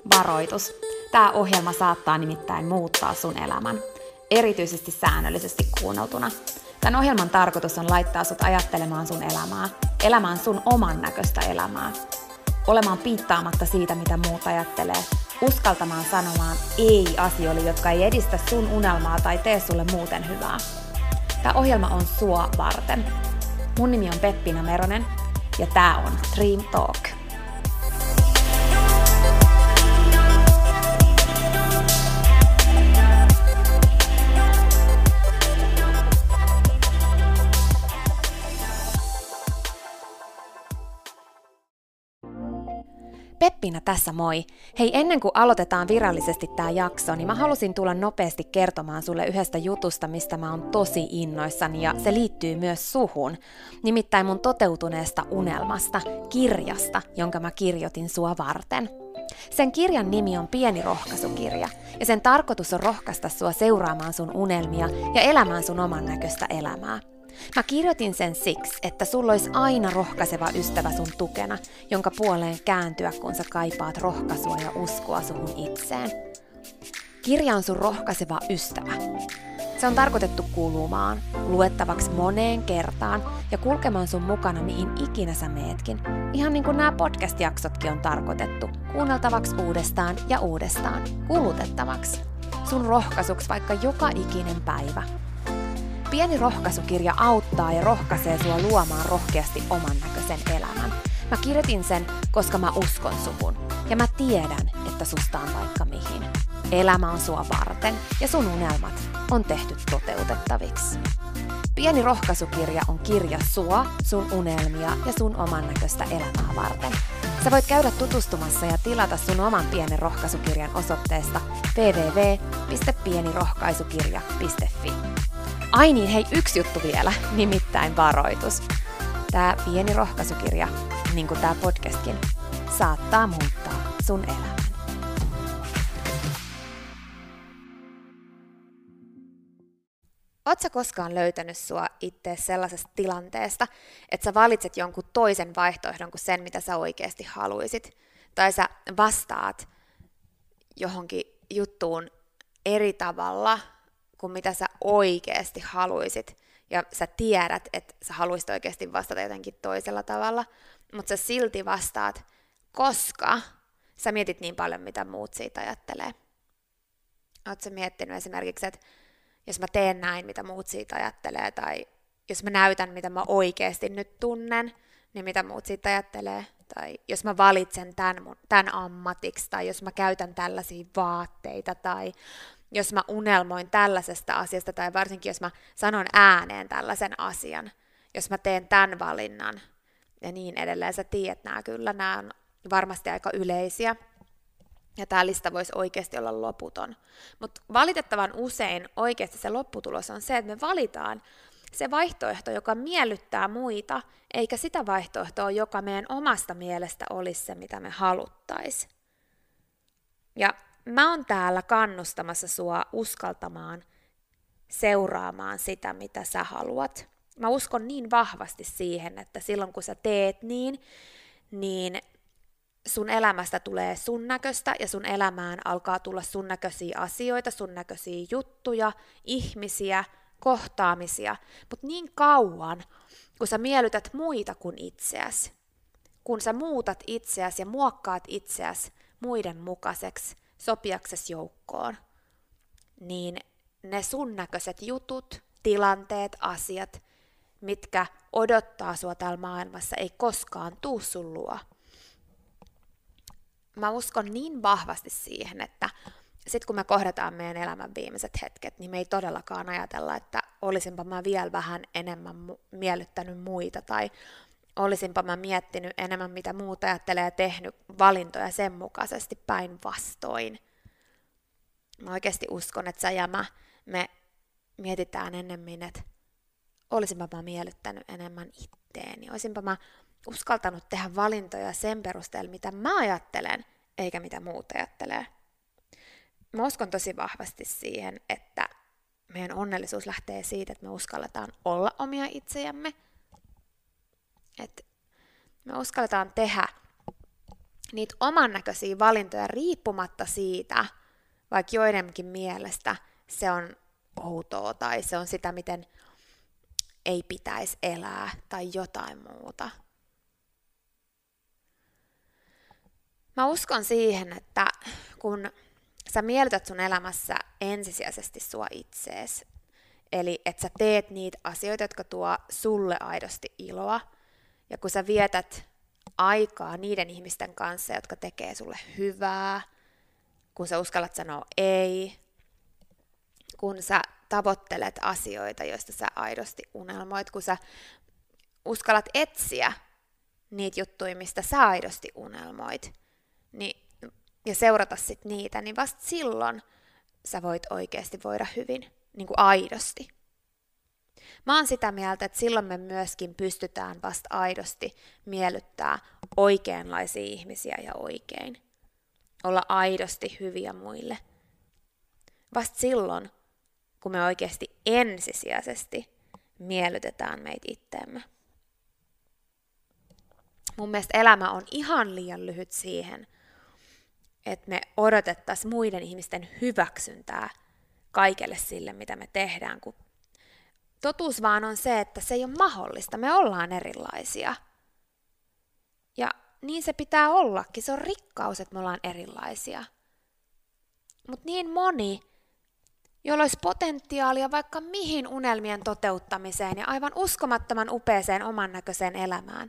Varoitus. Tämä ohjelma saattaa nimittäin muuttaa sun elämän, erityisesti säännöllisesti kuunneltuna. Tämän ohjelman tarkoitus on laittaa sut ajattelemaan sun elämää, elämään sun oman näköistä elämää, olemaan piittaamatta siitä, mitä muut ajattelee, uskaltamaan sanomaan ei asioille, jotka ei edistä sun unelmaa tai tee sulle muuten hyvää. Tämä ohjelma on sua varten. Mun nimi on Peppina Meronen ja tää on Dream Talk. Peppina tässä moi! Hei, ennen kuin aloitetaan virallisesti tää jakso, niin mä halusin tulla nopeasti kertomaan sulle yhdestä jutusta, mistä mä oon tosi innoissani ja se liittyy myös suhun. Nimittäin mun toteutuneesta unelmasta, kirjasta, jonka mä kirjoitin sua varten. Sen kirjan nimi on Pieni rohkaisukirja ja sen tarkoitus on rohkaista sua seuraamaan sun unelmia ja elämään sun oman näköistä elämää. Mä kirjoitin sen siksi, että sulla olisi aina rohkaiseva ystävä sun tukena, jonka puoleen kääntyä, kun sä kaipaat rohkaisua ja uskoa suhun itseen. Kirja on sun rohkaiseva ystävä. Se on tarkoitettu kuulumaan, luettavaksi moneen kertaan ja kulkemaan sun mukana mihin ikinä sä meetkin. Ihan niin kuin nämä podcast-jaksotkin on tarkoitettu, kuunneltavaksi uudestaan ja uudestaan, kulutettavaksi. Sun rohkaisuksi vaikka joka ikinen päivä. Pieni rohkaisukirja auttaa ja rohkaisee sua luomaan rohkeasti oman näköisen elämän. Mä kirjoitin sen, koska mä uskon suhun. Ja mä tiedän, että susta on vaikka mihin. Elämä on sua varten ja sun unelmat on tehty toteutettaviksi. Pieni rohkaisukirja on kirja sua, sun unelmia ja sun oman näköistä elämää varten. Sä voit käydä tutustumassa ja tilata sun oman pienen rohkaisukirjan osoitteesta www.pienirohkaisukirja.fi. Ai niin, hei, yksi juttu vielä, nimittäin varoitus. Tää pieni rohkaisukirja, niin kuin tää podcastkin, saattaa muuttaa sun elämän. Oot sä koskaan löytänyt sua itse sellaisesta tilanteesta, että sä valitset jonkun toisen vaihtoehdon kuin sen, mitä sä oikeasti haluisit? Tai sä vastaat johonkin juttuun eri tavalla kuin mitä sä oikeasti haluisit, ja sä tiedät, että sä haluisit oikeasti vastata jotenkin toisella tavalla, mutta sä silti vastaat, koska sä mietit niin paljon, mitä muut siitä ajattelee. Oot sä miettinyt esimerkiksi, että jos mä teen näin, mitä muut siitä ajattelee, tai jos mä näytän, mitä mä oikeasti nyt tunnen, niin mitä muut siitä ajattelee, tai jos mä valitsen tämän ammatiksi, tai jos mä käytän tällaisia vaatteita, tai jos mä unelmoin tällaisesta asiasta, tai varsinkin jos mä sanon ääneen tällaisen asian, jos mä teen tämän valinnan, ja niin edelleen. Sä tiedät nämä on varmasti aika yleisiä, ja tämä lista voisi oikeasti olla loputon. Mutta valitettavan usein oikeasti se lopputulos on se, että me valitaan se vaihtoehto, joka miellyttää muita, eikä sitä vaihtoehtoa, joka meidän omasta mielestä olisi se, mitä me haluttaisiin. Ja mä oon täällä kannustamassa sua uskaltamaan seuraamaan sitä, mitä sä haluat. Mä uskon niin vahvasti siihen, että silloin kun sä teet niin sun elämästä tulee sun näköistä ja sun elämään alkaa tulla sun näköisiä asioita, sun näköisiä juttuja, ihmisiä, kohtaamisia. Mutta niin kauan, kun sä miellytät muita kuin itseäsi, kun sä muutat itseäsi ja muokkaat itseäsi muiden mukaiseksi, sopiaksesi joukkoon, niin ne sun näköiset jutut, tilanteet, asiat, mitkä odottaa sua täällä maailmassa, ei koskaan tuu sun luo. Mä uskon niin vahvasti siihen, että sit kun me kohdataan meidän elämän viimeiset hetket, niin me ei todellakaan ajatella, että olisinpa mä vielä vähän enemmän miellyttänyt muita, tai olisinpa mä miettinyt enemmän, mitä muut ajattelee ja tehnyt valintoja sen mukaisesti päinvastoin. Mä oikeasti uskon, että sä ja me mietitään ennemmin, että olisinpa mä miellyttänyt enemmän itteeni. Olisinpa mä uskaltanut tehdä valintoja sen perusteella, mitä mä ajattelen, eikä mitä muut ajattelee. Mä uskon tosi vahvasti siihen, että meidän onnellisuus lähtee siitä, että me uskalletaan olla omia itsejämme. Että me uskalletaan tehdä niitä oman näköisiä valintoja riippumatta siitä, vaikka joidenkin mielestä se on outoa tai se on sitä, miten ei pitäisi elää tai jotain muuta. Mä uskon siihen, että kun sä miellytät sun elämässä ensisijaisesti sua itseesi, eli että sä teet niitä asioita, jotka tuo sulle aidosti iloa, ja kun sä vietät aikaa niiden ihmisten kanssa, jotka tekee sulle hyvää, kun sä uskallat sanoa ei, kun sä tavoittelet asioita, joista sä aidosti unelmoit, kun sä uskallat etsiä niitä juttuja, mistä sä aidosti unelmoit, ja seurata sit niitä, niin vasta silloin sä voit oikeasti voida hyvin, niin kuin aidosti. Mä oon sitä mieltä, että silloin me myöskin pystytään vasta aidosti miellyttää oikeanlaisia ihmisiä ja oikein. Olla aidosti hyviä muille. Vasta silloin, kun me oikeasti ensisijaisesti miellytetään meitä itteemme. Mun mielestä elämä on ihan liian lyhyt siihen, että me odotettaisiin muiden ihmisten hyväksyntää kaikelle sille, mitä me tehdään, kun totuus vaan on se, että se ei ole mahdollista. Me ollaan erilaisia. Ja niin se pitää ollakin. Se on rikkaus, että me ollaan erilaisia. Mutta niin moni, jolla olisi potentiaalia vaikka mihin unelmien toteuttamiseen ja aivan uskomattoman upeeseen oman näköiseen elämään,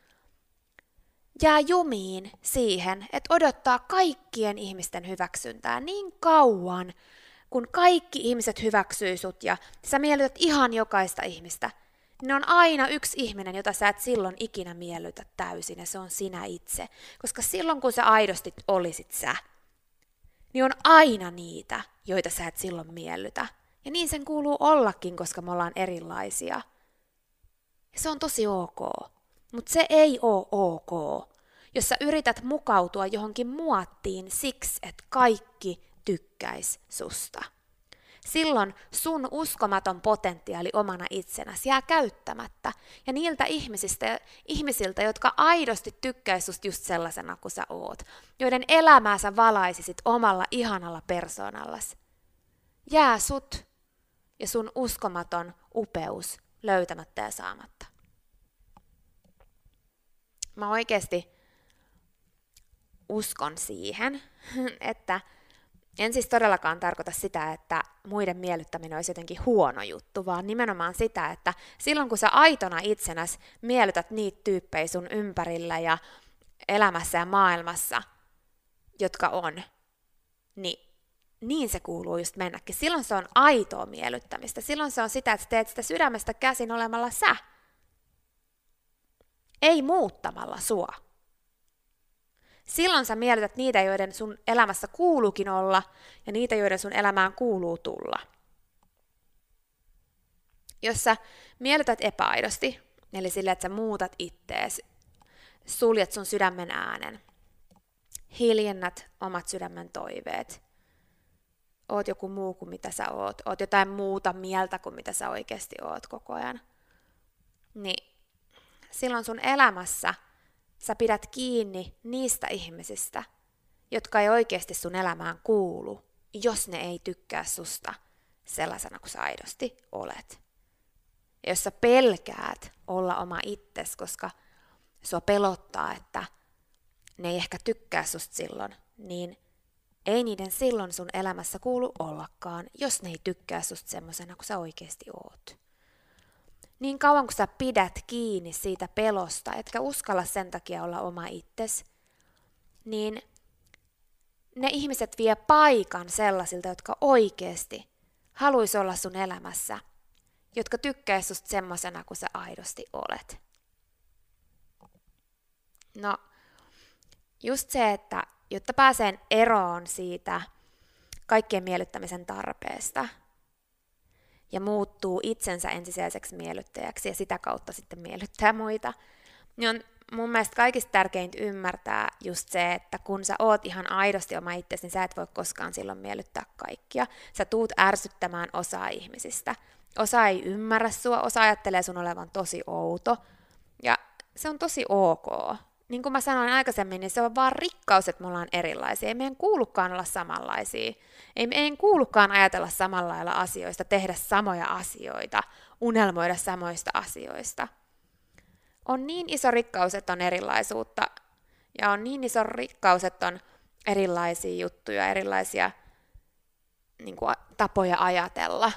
jää jumiin siihen, että odottaa kaikkien ihmisten hyväksyntää niin kauan, kun kaikki ihmiset hyväksyy sut ja sä miellytät ihan jokaista ihmistä, niin on aina yksi ihminen, jota sä et silloin ikinä miellytä täysin, ja se on sinä itse. Koska silloin, kun sä aidosti olisit sä, niin on aina niitä, joita sä et silloin miellytä. Ja niin sen kuuluu ollakin, koska me ollaan erilaisia. Ja se on tosi ok. Mutta se ei ole ok, jos sä yrität mukautua johonkin muottiin siksi, että kaikki tykkäis susta. Silloin sun uskomaton potentiaali omana itsenäsi jää käyttämättä. Ja niiltä ihmisiltä, jotka aidosti tykkäis susta just sellaisena kuin sä oot, joiden elämää sä valaisisit omalla ihanalla persoonallas, jää sut ja sun uskomaton upeus löytämättä ja saamatta. Mä oikeasti uskon siihen, että en siis todellakaan tarkoita sitä, että muiden miellyttäminen olisi jotenkin huono juttu, vaan nimenomaan sitä, että silloin kun sä aitona itsenäs miellytät niitä tyyppejä sun ympärillä ja elämässä ja maailmassa, jotka on, niin se kuuluu just mennäkin. Silloin se on aitoa miellyttämistä. Silloin se on sitä, että sä teet sitä sydämestä käsin olemalla sä. Ei muuttamalla sua. Silloin sä miellytät niitä, joiden sun elämässä kuuluukin olla, ja niitä, joiden sun elämään kuuluu tulla. Jos sä miellytät epäaidosti, eli sille, että sä muutat ittees, suljet sun sydämen äänen, hiljennät omat sydämen toiveet, oot joku muu kuin mitä sä oot jotain muuta mieltä kuin mitä sä oikeasti oot koko ajan, niin silloin sun elämässä sä pidät kiinni niistä ihmisistä, jotka ei oikeasti sun elämään kuulu, jos ne ei tykkää susta sellaisena kuin sä aidosti olet. Ja jos sä pelkäät olla oma itses, koska sua pelottaa, että ne ei ehkä tykkää susta silloin, niin ei niiden silloin sun elämässä kuulu ollakaan, jos ne ei tykkää susta semmosena kuin sä oikeasti oot. Niin kauan kun sä pidät kiinni siitä pelosta, etkä uskalla sen takia olla oma itses, niin ne ihmiset vie paikan sellaisilta, jotka oikeasti haluis olla sun elämässä, jotka tykkää susta semmosena kuin sä aidosti olet. No, just se, että jotta pääseen eroon siitä kaikkien miellyttämisen tarpeesta ja muuttuu itsensä ensisijaiseksi miellyttäjäksi ja sitä kautta sitten miellyttää muita, niin on mun mielestä kaikista tärkeintä ymmärtää just se, että kun sä oot ihan aidosti oma itsesi, niin sä et voi koskaan silloin miellyttää kaikkia. Sä tuut ärsyttämään osaa ihmisistä. Osa ei ymmärrä sua, osa ajattelee sun olevan tosi outo. Ja se on tosi ok. niin kuin mä sanoin aikaisemmin, niin se on vaan rikkaus, että me ollaan erilaisia. Ei meidän kuulukaan olla samanlaisia. Ei meidän kuulukaan ajatella samalla lailla asioista, tehdä samoja asioita, unelmoida samoista asioista. On niin iso rikkaus, että on erilaisuutta, ja on niin iso rikkaus, että on erilaisia juttuja, erilaisia niin kuin, tapoja ajatella.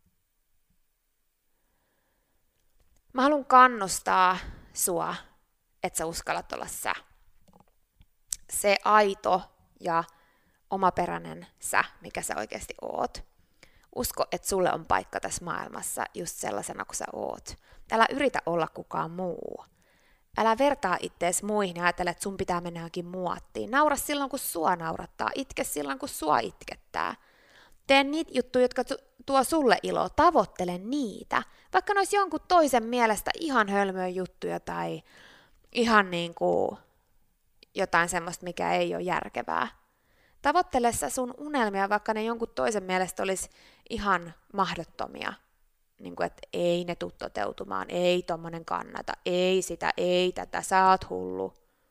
Mä haluan kannustaa sua, että sä uskallat olla sä. Se aito ja omaperäinen sä, mikä sä oikeasti oot. Usko, että sulle on paikka tässä maailmassa just sellaisena kuin sä oot. Älä yritä olla kukaan muu. Älä vertaa ittees muihin ja ajatella, että sun pitää mennä johonkin muottiin. Naura silloin, kun sua naurattaa. Itke silloin, kun sua itkettää. Tee niitä juttuja, jotka tuo sulle iloa. Tavoittele niitä. Vaikka ne olisi jonkun toisen mielestä ihan hölmöjä juttuja tai ihan niin kuin jotain semmoista, mikä ei ole järkevää. Tavoittele sä sun unelmia, vaikka ne jonkun toisen mielestä olisi ihan mahdottomia. Niin kuin, että ei ne tule toteutumaan, ei tommonen kannata, ei sitä, ei tätä, sä oot hullu.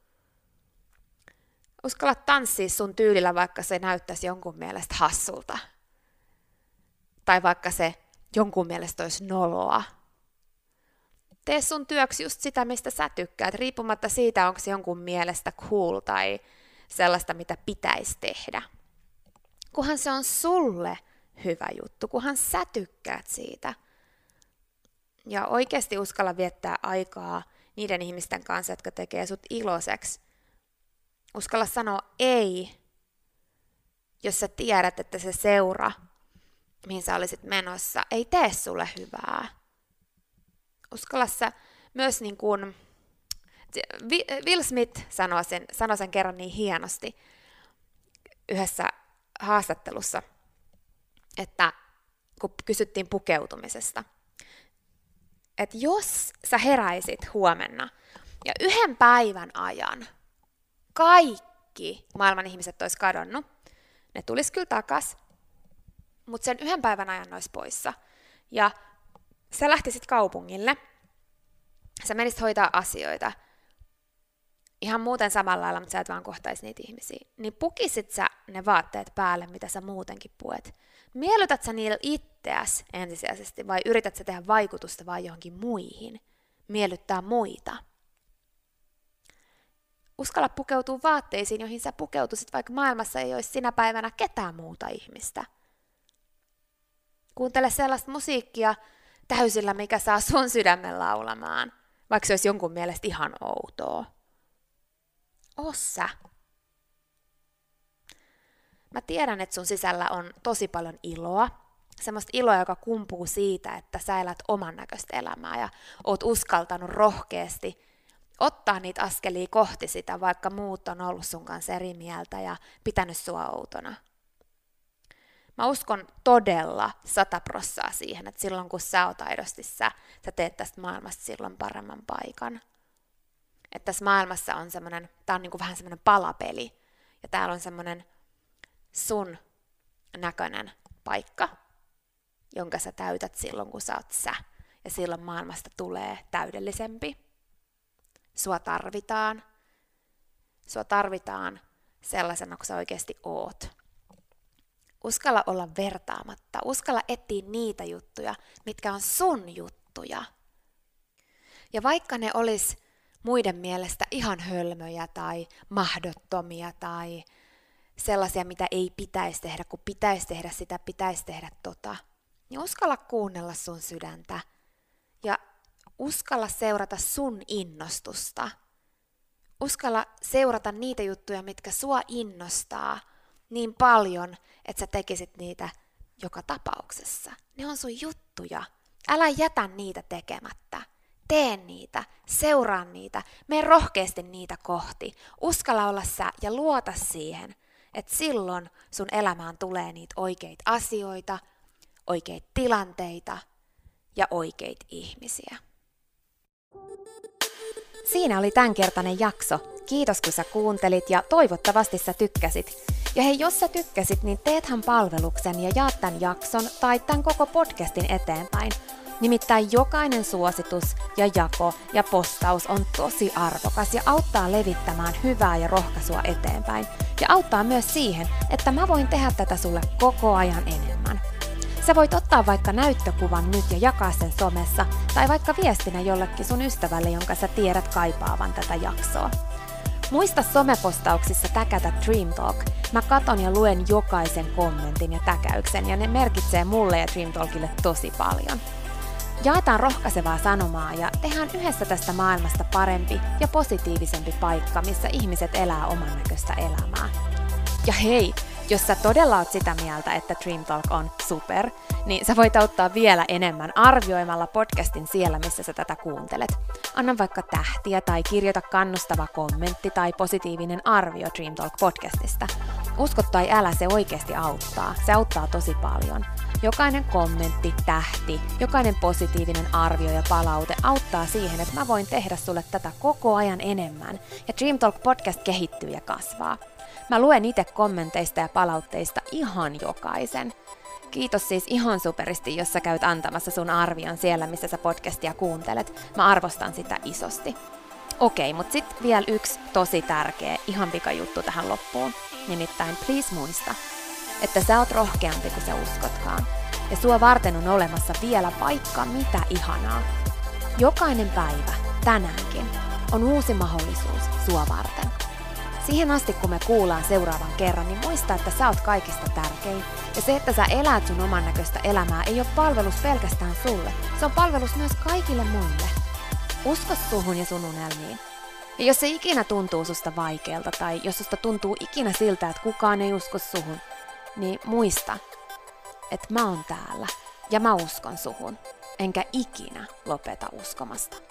Uskalla tanssia sun tyylillä, vaikka se näyttäisi jonkun mielestä hassulta. Tai vaikka se jonkun mielestä olisi noloa. Tee sun työksi just sitä, mistä sä tykkäät, riippumatta siitä, onko se jonkun mielestä cool tai sellaista, mitä pitäisi tehdä. Kunhan se on sulle hyvä juttu, kunhan sä tykkäät siitä. Ja oikeasti uskalla viettää aikaa niiden ihmisten kanssa, jotka tekee sut iloiseksi. Uskalla sanoa ei, jos sä tiedät, että se seura, mihin sä olisit menossa, ei tee sulle hyvää. Uskalla sä myös niin kuin Will Smith sanoi sen kerran niin hienosti yhdessä haastattelussa, että kun kysyttiin pukeutumisesta, että jos sä heräisit huomenna ja yhden päivän ajan kaikki maailman ihmiset olisi kadonnut, ne tulisi kyllä takas, mutta sen yhden päivän ajan ne olisi poissa. Ja sä lähtisit kaupungille, sä menisit hoitaa asioita, ihan muuten samalla lailla, mutta sä et vaan kohtaisi niitä ihmisiä, niin pukisit sä ne vaatteet päälle, mitä sä muutenkin puet. Miellytät sä niillä itseäsi ensisijaisesti vai yrität sä tehdä vaikutusta vaan johonkin muihin, miellyttää muita? Uskalla pukeutua vaatteisiin, joihin sä pukeutuisit, vaikka maailmassa ei olisi sinä päivänä ketään muuta ihmistä. Kuuntele sellaista musiikkia täysillä, mikä saa sun sydämen laulamaan, vaikka se olisi jonkun mielestä ihan outoa. Oo sä. Mä tiedän, että sun sisällä on tosi paljon iloa. Semmoista iloa, joka kumpuu siitä, että sä elät oman näköistä elämää ja oot uskaltanut rohkeasti ottaa niitä askelia kohti sitä, vaikka muut on ollut sun kanssa eri mieltä ja pitänyt sua outona. Mä uskon todella 100% siihen, että silloin kun sä oot aidosti sä teet tästä maailmasta silloin paremman paikan. Että tässä maailmassa on semmoinen, tää on niinku vähän semmoinen palapeli, ja täällä on semmoinen sun näköinen paikka, jonka sä täytät silloin kun sä oot sä, ja silloin maailmasta tulee täydellisempi. Sua tarvitaan sellaisena kuin sä oikeasti oot. Uskalla olla vertaamatta, uskalla etsiä niitä juttuja, mitkä on sun juttuja. Ja vaikka ne olis muiden mielestä ihan hölmöjä tai mahdottomia tai sellaisia, mitä ei pitäisi tehdä, kun pitäisi tehdä sitä, pitäisi tehdä tota, niin uskalla kuunnella sun sydäntä ja uskalla seurata sun innostusta. Uskalla seurata niitä juttuja, mitkä sua innostaa niin paljon, että sä tekisit niitä joka tapauksessa. Ne on sun juttuja. Älä jätä niitä tekemättä. Tee niitä, seuraa niitä, mene rohkeasti niitä kohti. Uskalla olla sä ja luota siihen, että silloin sun elämään tulee niitä oikeita asioita, oikeita tilanteita ja oikeita ihmisiä. Siinä oli tämänkertainen jakso. Kiitos kun sä kuuntelit ja toivottavasti sä tykkäsit. Ja hei, jos sä tykkäsit, niin teethän palveluksen ja jaat tämän jakson tai tämän koko podcastin eteenpäin. Nimittäin jokainen suositus ja jako ja postaus on tosi arvokas ja auttaa levittämään hyvää ja rohkaisua eteenpäin. Ja auttaa myös siihen, että mä voin tehdä tätä sulle koko ajan enemmän. Sä voit ottaa vaikka näyttökuvan nyt ja jakaa sen somessa, tai vaikka viestinä jollekin sun ystävälle, jonka sä tiedät kaipaavan tätä jaksoa. Muista somepostauksissa täkätä Dream Talk. Mä katon ja luen jokaisen kommentin ja täkäyksen, ja ne merkitsee mulle ja Dream Talkille tosi paljon. Jaetaan rohkaisevaa sanomaa ja tehdään yhdessä tästä maailmasta parempi ja positiivisempi paikka, missä ihmiset elää oman näköistä elämää. Ja hei, jos sä todella oot sitä mieltä, että Dream Talk on super, niin sä voit auttaa vielä enemmän arvioimalla podcastin siellä, missä sä tätä kuuntelet. Anna vaikka tähtiä tai kirjoita kannustava kommentti tai positiivinen arvio Dream Talk podcastista. Usko tai älä, se oikeasti auttaa. Se auttaa tosi paljon. Jokainen kommentti, tähti, jokainen positiivinen arvio ja palaute auttaa siihen, että mä voin tehdä sulle tätä koko ajan enemmän. Ja Dream Talk podcast kehittyy ja kasvaa. Mä luen itse kommenteista ja palautteista ihan jokaisen. Kiitos siis ihan superisti, jos sä käyt antamassa sun arvion siellä, missä sä podcastia kuuntelet. Mä arvostan sitä isosti. Okei, mut sit vielä yksi tosi tärkeä, ihan pikajuttu tähän loppuun. Nimittäin please muista, että sä oot rohkeampi kuin sä uskotkaan. Ja sua varten on olemassa vielä vaikka mitä ihanaa. Jokainen päivä, tänäänkin, on uusi mahdollisuus sua varten. Siihen asti, kun me kuullaan seuraavan kerran, niin muista, että sä oot kaikista tärkein. Ja se, että sä elät sun oman näköistä elämää, ei ole palvelus pelkästään sulle. Se on palvelus myös kaikille muille. Usko suhun ja sun unelmiin. Ja jos se ikinä tuntuu susta vaikealta, tai jos susta tuntuu ikinä siltä, että kukaan ei usko suhun, niin muista, että mä oon täällä ja mä uskon suhun, enkä ikinä lopeta uskomasta.